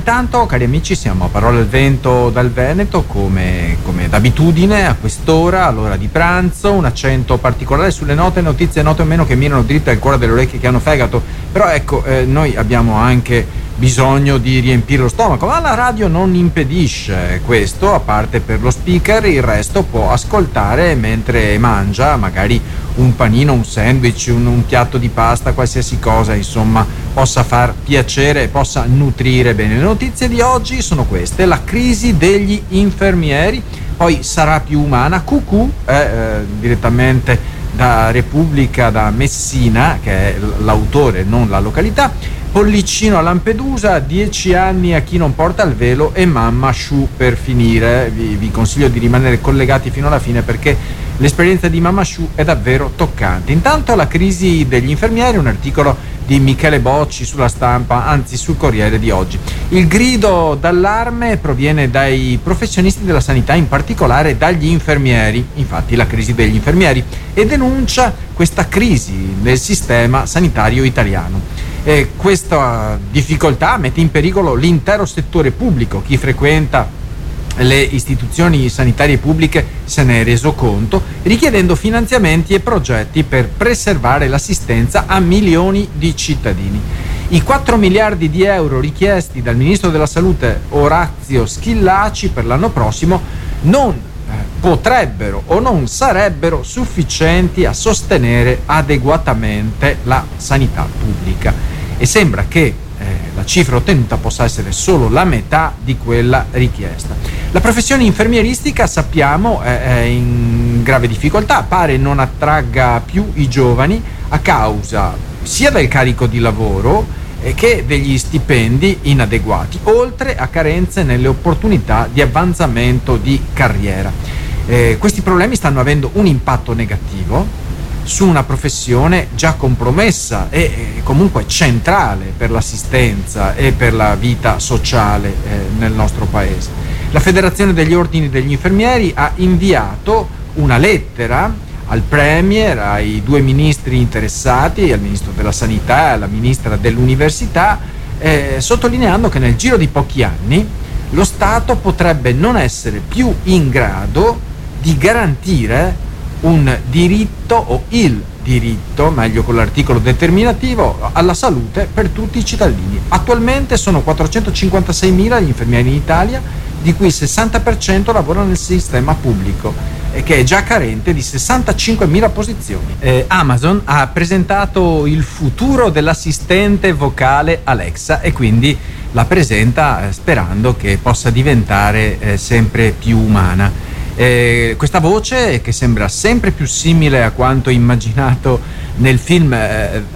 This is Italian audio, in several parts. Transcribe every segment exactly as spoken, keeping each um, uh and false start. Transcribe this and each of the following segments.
intanto, cari amici, siamo a Parole al Vento dal Veneto, come, come d'abitudine a quest'ora, all'ora di pranzo, un accento particolare sulle note, notizie note o meno che mirano dritte al cuore delle orecchie che hanno fegato. Però ecco, eh, noi abbiamo anche bisogno di riempire lo stomaco, ma la radio non impedisce questo, a parte per lo speaker, il resto può ascoltare mentre mangia, magari un panino, un sandwich, un, un piatto di pasta, qualsiasi cosa, insomma, possa far piacere e possa nutrire bene. Le notizie di oggi sono queste: la crisi degli infermieri, poi sarà più umana, Cucù, eh, eh, direttamente da Repubblica, da Messina, che è l'autore, non la località. Pollicino a Lampedusa, dieci anni a chi non porta il velo, e Mamma Shu per finire. Vi, vi consiglio di rimanere collegati fino alla fine, perché l'esperienza di Mamma Shu è davvero toccante. Intanto la crisi degli infermieri, un articolo di Michele Bocci sulla Stampa, anzi sul Corriere di oggi. Il grido d'allarme proviene dai professionisti della sanità, in particolare dagli infermieri, infatti la crisi degli infermieri, e denuncia questa crisi nel sistema sanitario italiano. E questa difficoltà mette in pericolo l'intero settore pubblico. Chi frequenta le istituzioni sanitarie pubbliche se ne è reso conto, richiedendo finanziamenti e progetti per preservare l'assistenza a milioni di cittadini. I quattro miliardi di euro richiesti dal Ministro della Salute Orazio Schillaci per l'anno prossimo non eh, potrebbero o non sarebbero sufficienti a sostenere adeguatamente la sanità pubblica, e sembra che eh, la cifra ottenuta possa essere solo la metà di quella richiesta. La professione infermieristica, sappiamo, è in grave difficoltà, pare non attragga più i giovani a causa sia del carico di lavoro eh, che degli stipendi inadeguati, oltre a carenze nelle opportunità di avanzamento di carriera. Eh, questi problemi stanno avendo un impatto negativo su una professione già compromessa e eh, comunque centrale per l'assistenza e per la vita sociale eh, nel nostro paese. La Federazione degli Ordini degli Infermieri ha inviato una lettera al Premier, ai due ministri interessati, al Ministro della Sanità e alla Ministra dell'Università, eh, sottolineando che nel giro di pochi anni lo Stato potrebbe non essere più in grado di garantire un diritto o il diritto, meglio con l'articolo determinativo, alla salute per tutti i cittadini. Attualmente sono quattrocentocinquantaseimila gli infermieri in Italia, di cui il sessanta per cento lavorano nel sistema pubblico, e che è già carente di sessantacinquemila posizioni. Eh, Amazon ha presentato il futuro dell'assistente vocale Alexa e quindi la presenta eh, sperando che possa diventare eh, sempre più umana. Eh, questa voce, che sembra sempre più simile a quanto immaginato nel film eh, eh,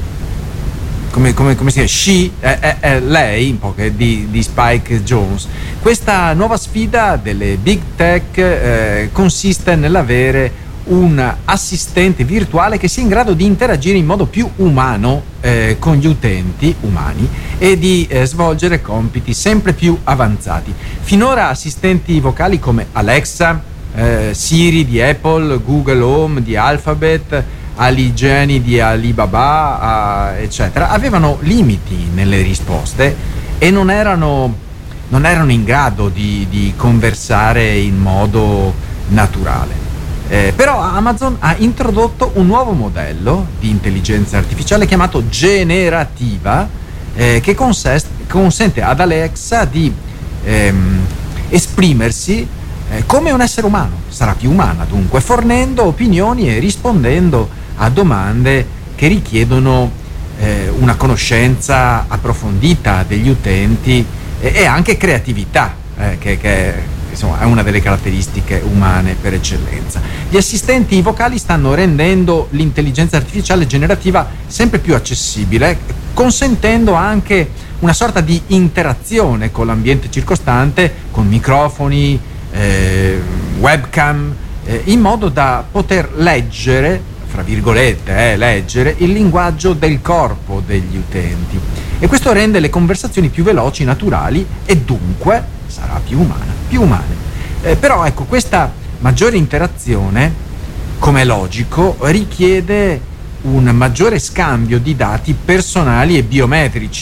come, come, come si chiama? She, eh, eh, eh, lei, un po' che di, di Spike Jonze. Questa nuova sfida delle big tech eh, consiste nell'avere un assistente virtuale che sia in grado di interagire in modo più umano eh, con gli utenti umani e di eh, svolgere compiti sempre più avanzati. Finora assistenti vocali come Alexa, eh, Siri di Apple, Google Home di Alphabet, Ali Genie di Alibaba, eh, eccetera, avevano limiti nelle risposte e non erano, non erano in grado di, di conversare in modo naturale. Eh, però Amazon ha introdotto un nuovo modello di intelligenza artificiale chiamato generativa, eh, che consest- consente ad Alexa di ehm, esprimersi eh, come un essere umano, sarà più umana dunque, fornendo opinioni e rispondendo a domande che richiedono eh, una conoscenza approfondita degli utenti e, e anche creatività, eh, che, che insomma è una delle caratteristiche umane per eccellenza. Gli assistenti vocali stanno rendendo l'intelligenza artificiale generativa sempre più accessibile, consentendo anche una sorta di interazione con l'ambiente circostante, con microfoni, eh, webcam, eh, in modo da poter leggere, fra virgolette, eh, leggere il linguaggio del corpo degli utenti. E questo rende le conversazioni più veloci, naturali e dunque sarà più umana, più umane. Eh, però ecco, questa maggiore interazione, come è logico, richiede un maggiore scambio di dati personali e biometrici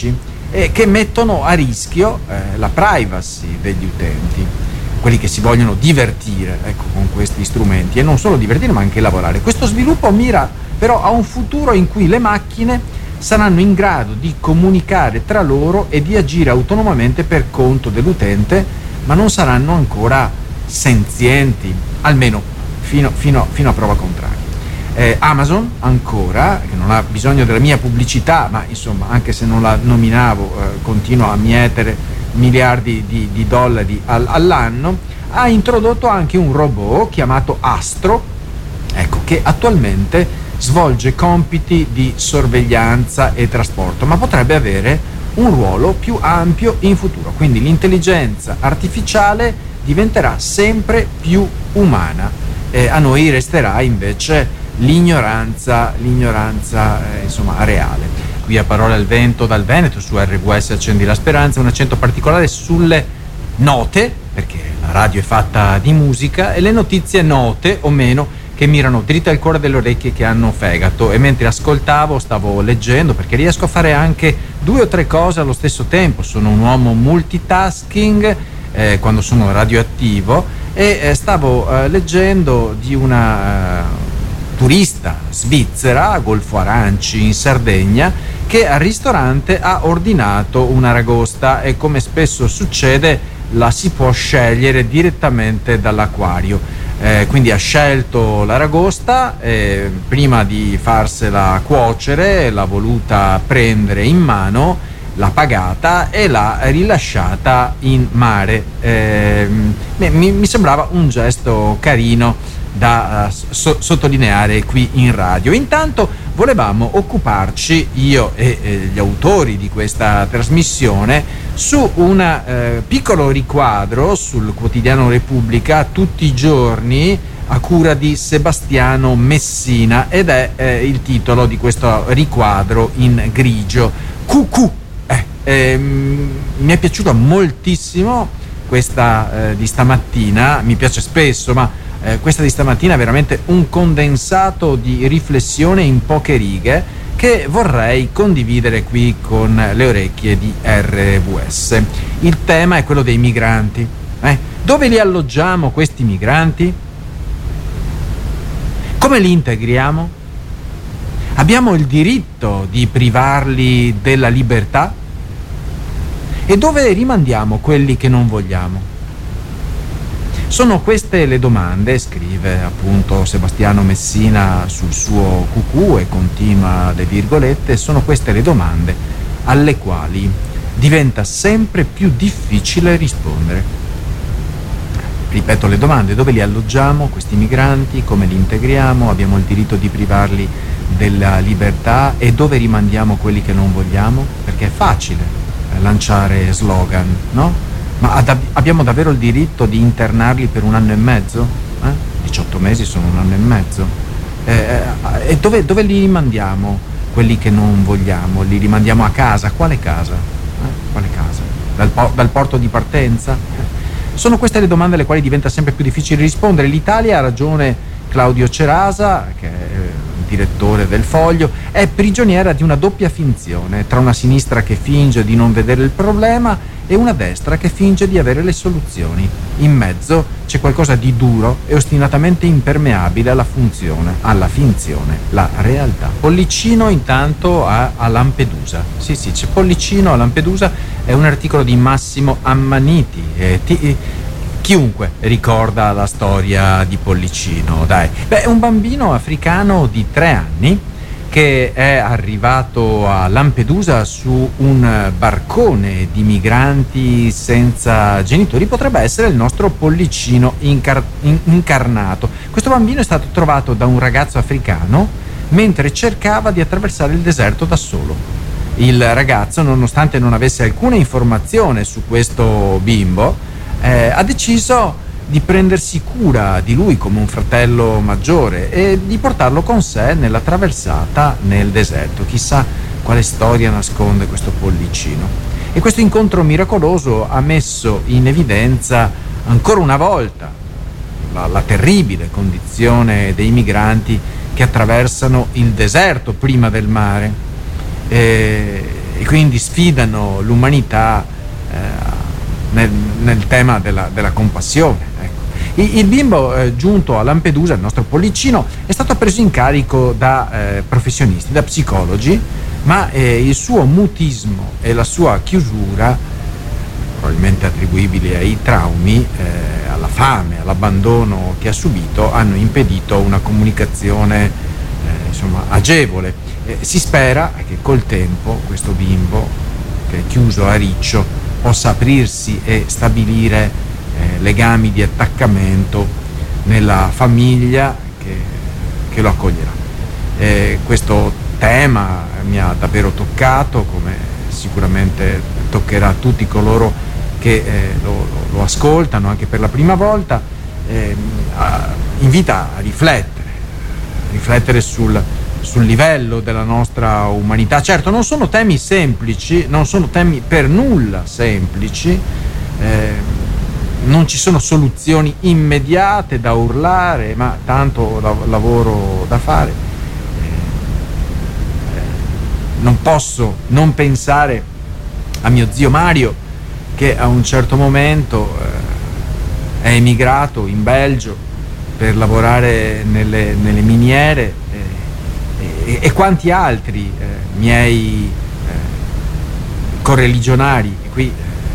eh, che mettono a rischio eh, la privacy degli utenti, quelli che si vogliono divertire, ecco, con questi strumenti, e non solo divertire ma anche lavorare. Questo sviluppo mira però a un futuro in cui le macchine saranno in grado di comunicare tra loro e di agire autonomamente per conto dell'utente, ma non saranno ancora senzienti, almeno fino, fino, fino a prova contraria. Eh, Amazon ancora, che non ha bisogno della mia pubblicità, ma insomma anche se non la nominavo eh, continua a mietere miliardi di, di dollari all, all'anno, ha introdotto anche un robot chiamato Astro, ecco, che attualmente svolge compiti di sorveglianza e trasporto, ma potrebbe avere un ruolo più ampio in futuro. Quindi l'intelligenza artificiale diventerà sempre più umana. Eh, a noi resterà invece l'ignoranza, l'ignoranza eh, insomma reale. Qui a Parole al Vento dal Veneto, su R W S Accendi la Speranza, un accento particolare sulle note, perché la radio è fatta di musica, e le notizie note o meno che mirano dritte al cuore delle orecchie che hanno fegato. E mentre ascoltavo stavo leggendo, perché riesco a fare anche due o tre cose allo stesso tempo, sono un uomo multitasking eh, quando sono radioattivo, e eh, stavo eh, leggendo di una eh, turista svizzera a Golfo Aranci in Sardegna, che al ristorante ha ordinato un'aragosta, e come spesso succede la si può scegliere direttamente dall'acquario. Eh, quindi ha scelto l'aragosta, eh, prima di farsela cuocere l'ha voluta prendere in mano, l'ha pagata e l'ha rilasciata in mare. Eh, mi, mi sembrava un gesto carino da uh, so- sottolineare qui in radio. Intanto volevamo occuparci, io e, e gli autori di questa trasmissione, su un eh, piccolo riquadro sul quotidiano Repubblica tutti i giorni, a cura di Sebastiano Messina, ed è eh, il titolo di questo riquadro in grigio, Cucù. Eh, ehm, mi è piaciuta moltissimo questa eh, di stamattina, mi piace spesso, ma Eh, questa di stamattina è veramente un condensato di riflessione in poche righe che vorrei condividere qui con le orecchie di R W S. Il tema è quello dei migranti. Eh? Dove li alloggiamo questi migranti? Come li integriamo? Abbiamo il diritto di privarli della libertà? E dove rimandiamo quelli che non vogliamo? Sono queste le domande, scrive appunto Sebastiano Messina sul suo cucù e continua le virgolette, sono queste le domande alle quali diventa sempre più difficile rispondere. Ripeto le domande: dove li alloggiamo questi migranti? Come li integriamo? Abbiamo il diritto di privarli della libertà? E dove rimandiamo quelli che non vogliamo? Perché è facile eh, lanciare slogan, no? Ma ad, abbiamo davvero il diritto di internarli per un anno e mezzo? Eh? diciotto mesi sono un anno e mezzo. Eh, e dove, dove li rimandiamo quelli che non vogliamo? Li rimandiamo a casa? Quale casa? Eh? Quale casa? Dal, po- dal porto di partenza? Eh. Sono queste le domande alle quali diventa sempre più difficile rispondere. L'Italia, ha ragione Claudio Cerasa, che è direttore del Foglio, è prigioniera di una doppia finzione, tra una sinistra che finge di non vedere il problema e una destra che finge di avere le soluzioni. In mezzo c'è qualcosa di duro e ostinatamente impermeabile alla funzione, alla finzione, la realtà. Pollicino intanto a, a Lampedusa. Sì, sì, c'è Pollicino a Lampedusa, è un articolo di Massimo Ammaniti. Eh, ti, Chiunque ricorda la storia di Pollicino, dai. Beh, è un bambino africano di tre anni che è arrivato a Lampedusa su un barcone di migranti senza genitori. Potrebbe essere il nostro Pollicino incar- in- incarnato. Questo bambino è stato trovato da un ragazzo africano mentre cercava di attraversare il deserto da solo. Il ragazzo, nonostante non avesse alcuna informazione su questo bimbo, eh, ha deciso di prendersi cura di lui come un fratello maggiore e di portarlo con sé nella traversata nel deserto. Chissà quale storia nasconde questo Pollicino. E questo incontro miracoloso ha messo in evidenza ancora una volta la, la terribile condizione dei migranti che attraversano il deserto prima del mare. E, e quindi sfidano l'umanità eh, nel, nel tema della, della compassione. Ecco. Il, il bimbo eh, giunto a Lampedusa, il nostro Pollicino, è stato preso in carico da eh, professionisti, da psicologi, ma eh, il suo mutismo e la sua chiusura, probabilmente attribuibili ai traumi, eh, alla fame, all'abbandono che ha subito, hanno impedito una comunicazione eh, insomma agevole. Eh, si spera che col tempo questo bimbo, che è chiuso a riccio, possa aprirsi e stabilire eh, legami di attaccamento nella famiglia che, che lo accoglierà. Eh, questo tema mi ha davvero toccato, come sicuramente toccherà a tutti coloro che eh, lo, lo, lo ascoltano anche per la prima volta. Eh, a, invita a riflettere, a riflettere sul, sul livello della nostra umanità. Certo, non sono temi semplici, non sono temi per nulla semplici, eh, non ci sono soluzioni immediate da urlare, ma tanto la, lavoro da fare. Eh, non posso non pensare a mio zio Mario, che a un certo momento eh, è emigrato in Belgio per lavorare nelle, nelle miniere, eh, e, e quanti altri eh, miei eh, correligionari qui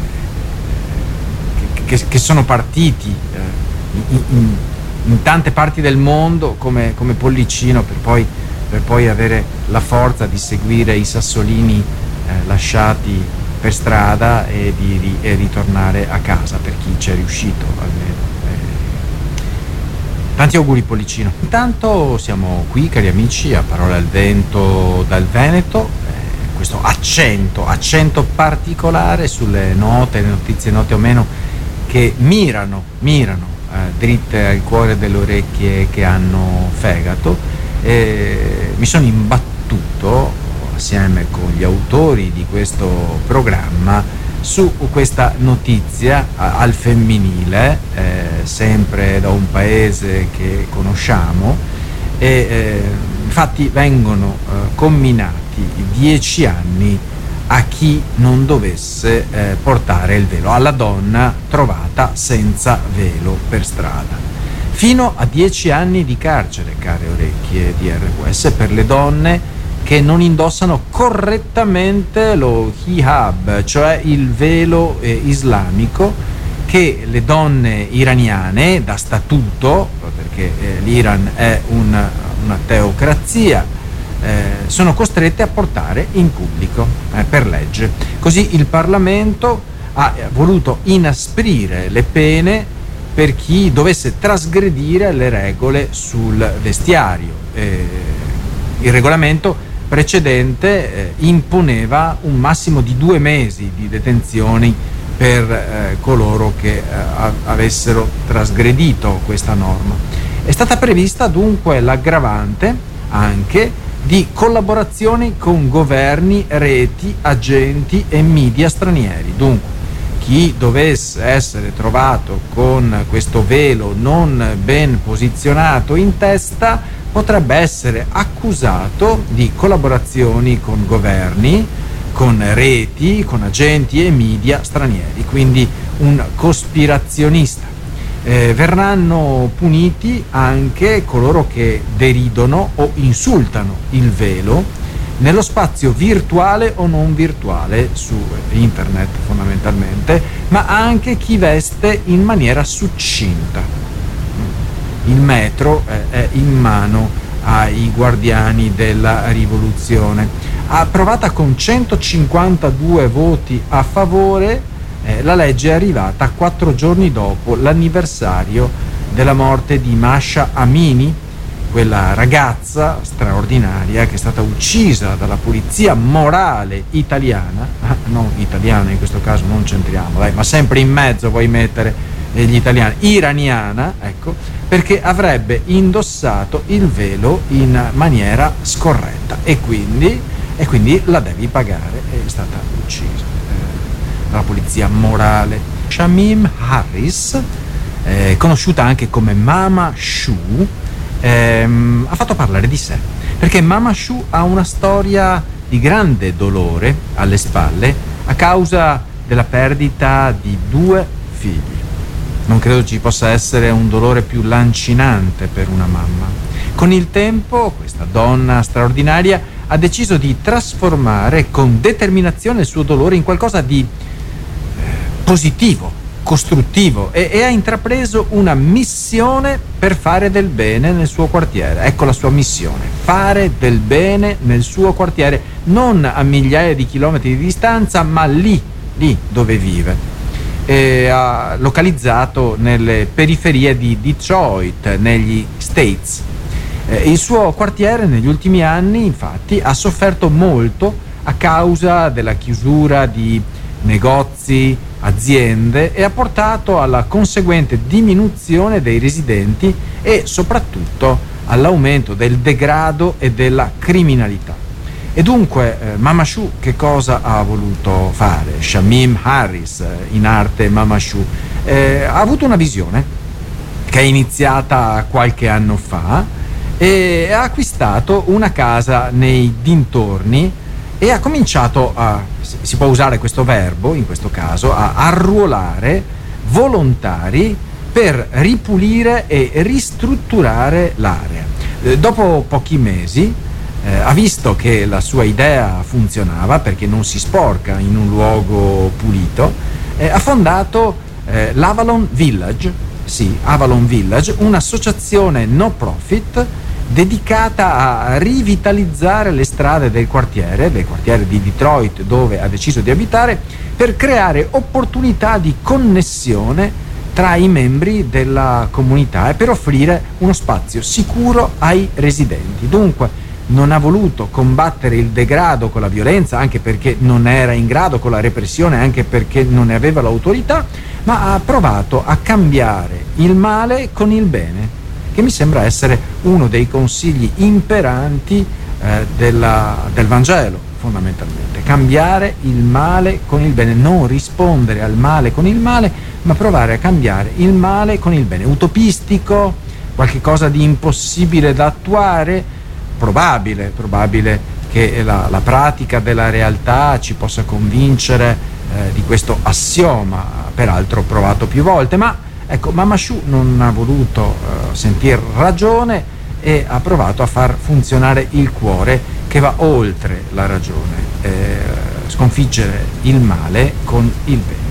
eh, che, che, che sono partiti eh, in, in, in tante parti del mondo come, come Pollicino, per poi, per poi avere la forza di seguire i sassolini eh, lasciati per strada e di e ritornare a casa, per chi ci è riuscito almeno. Eh, tanti auguri Pollicino. Intanto siamo qui, cari amici, a Parole al Vento dal Veneto, eh, questo accento, accento particolare sulle note, le notizie note o meno, che mirano, mirano eh, dritte al cuore delle orecchie che hanno fegato. Eh, mi sono imbattuto assieme con gli autori di questo programma su questa notizia al femminile, eh, sempre da un paese che conosciamo, e eh, infatti vengono eh, comminati dieci anni a chi non dovesse eh, portare il velo, alla donna trovata senza velo per strada. Fino a dieci anni di carcere, care orecchie di R W S, per le donne che non indossano correttamente lo hijab, cioè il velo eh, islamico, che le donne iraniane da statuto, perché eh, l'Iran è un, una teocrazia, eh, sono costrette a portare in pubblico eh, per legge. Così il Parlamento ha voluto inasprire le pene per chi dovesse trasgredire le regole sul vestiario. Eh, il regolamento precedente eh, imponeva un massimo di due mesi di detenzioni per eh, coloro che eh, avessero trasgredito questa norma. È stata prevista dunque l'aggravante anche di collaborazioni con governi, reti, agenti e media stranieri. Dunque, chi dovesse essere trovato con questo velo non ben posizionato in testa potrebbe essere accusato di collaborazioni con governi, con reti, con agenti e media stranieri, quindi un cospirazionista. Eh, verranno puniti anche coloro che deridono o insultano il velo nello spazio virtuale o non virtuale, su internet fondamentalmente, ma anche chi veste in maniera succinta. Il metro eh, è in mano ai guardiani della rivoluzione. Approvata con centocinquantadue voti a favore, eh, la legge è arrivata quattro giorni dopo l'anniversario della morte di Masha Amini, quella ragazza straordinaria che è stata uccisa dalla polizia morale italiana, ah, non italiana in questo caso, non c'entriamo, dai, ma sempre in mezzo vuoi mettere gli italiani, iraniana, ecco, perché avrebbe indossato il velo in maniera scorretta e quindi, e quindi la devi pagare. È stata uccisa eh, dalla polizia morale. Shamim Harris, eh, conosciuta anche come Mama Shu, ehm, ha fatto parlare di sé, perché Mama Shu ha una storia di grande dolore alle spalle a causa della perdita di due figli. Non credo ci possa essere un dolore più lancinante per una mamma. Con il tempo, questa donna straordinaria ha deciso di trasformare con determinazione il suo dolore in qualcosa di eh, positivo, costruttivo e, e ha intrapreso una missione per fare del bene nel suo quartiere. Ecco la sua missione: fare del bene nel suo quartiere, non a migliaia di chilometri di distanza, ma lì, lì dove vive. E ha localizzato nelle periferie di Detroit, negli States. Eh, il suo quartiere negli ultimi anni, infatti, ha sofferto molto a causa della chiusura di negozi, aziende, e ha portato alla conseguente diminuzione dei residenti e soprattutto all'aumento del degrado e della criminalità. E dunque eh, Mama Shu che cosa ha voluto fare? Shamim Harris, eh, in arte Mama Shu, eh, ha avuto una visione che è iniziata qualche anno fa e ha acquistato una casa nei dintorni e ha cominciato a, si può usare questo verbo in questo caso, a arruolare volontari per ripulire e ristrutturare l'area. Eh, dopo pochi mesi Eh, ha visto che la sua idea funzionava perché non si sporca in un luogo pulito, eh, ha fondato eh, l'Avalon Village, sì, Avalon Village, un'associazione no profit dedicata a rivitalizzare le strade del quartiere, del quartiere di Detroit dove ha deciso di abitare, per creare opportunità di connessione tra i membri della comunità e per offrire uno spazio sicuro ai residenti. Dunque non ha voluto combattere il degrado con la violenza, anche perché non era in grado, con la repressione, anche perché non ne aveva l'autorità, ma ha provato a cambiare il male con il bene, che mi sembra essere uno dei consigli imperanti eh, della, del Vangelo, fondamentalmente. Cambiare il male con il bene, non rispondere al male con il male, ma provare a cambiare il male con il bene. Utopistico, qualche cosa di impossibile da attuare? Probabile, probabile che la, la pratica della realtà ci possa convincere eh, di questo assioma, peraltro provato più volte, ma ecco, Mama Shu non ha voluto eh, sentir ragione e ha provato a far funzionare il cuore che va oltre la ragione, eh, sconfiggere il male con il bene.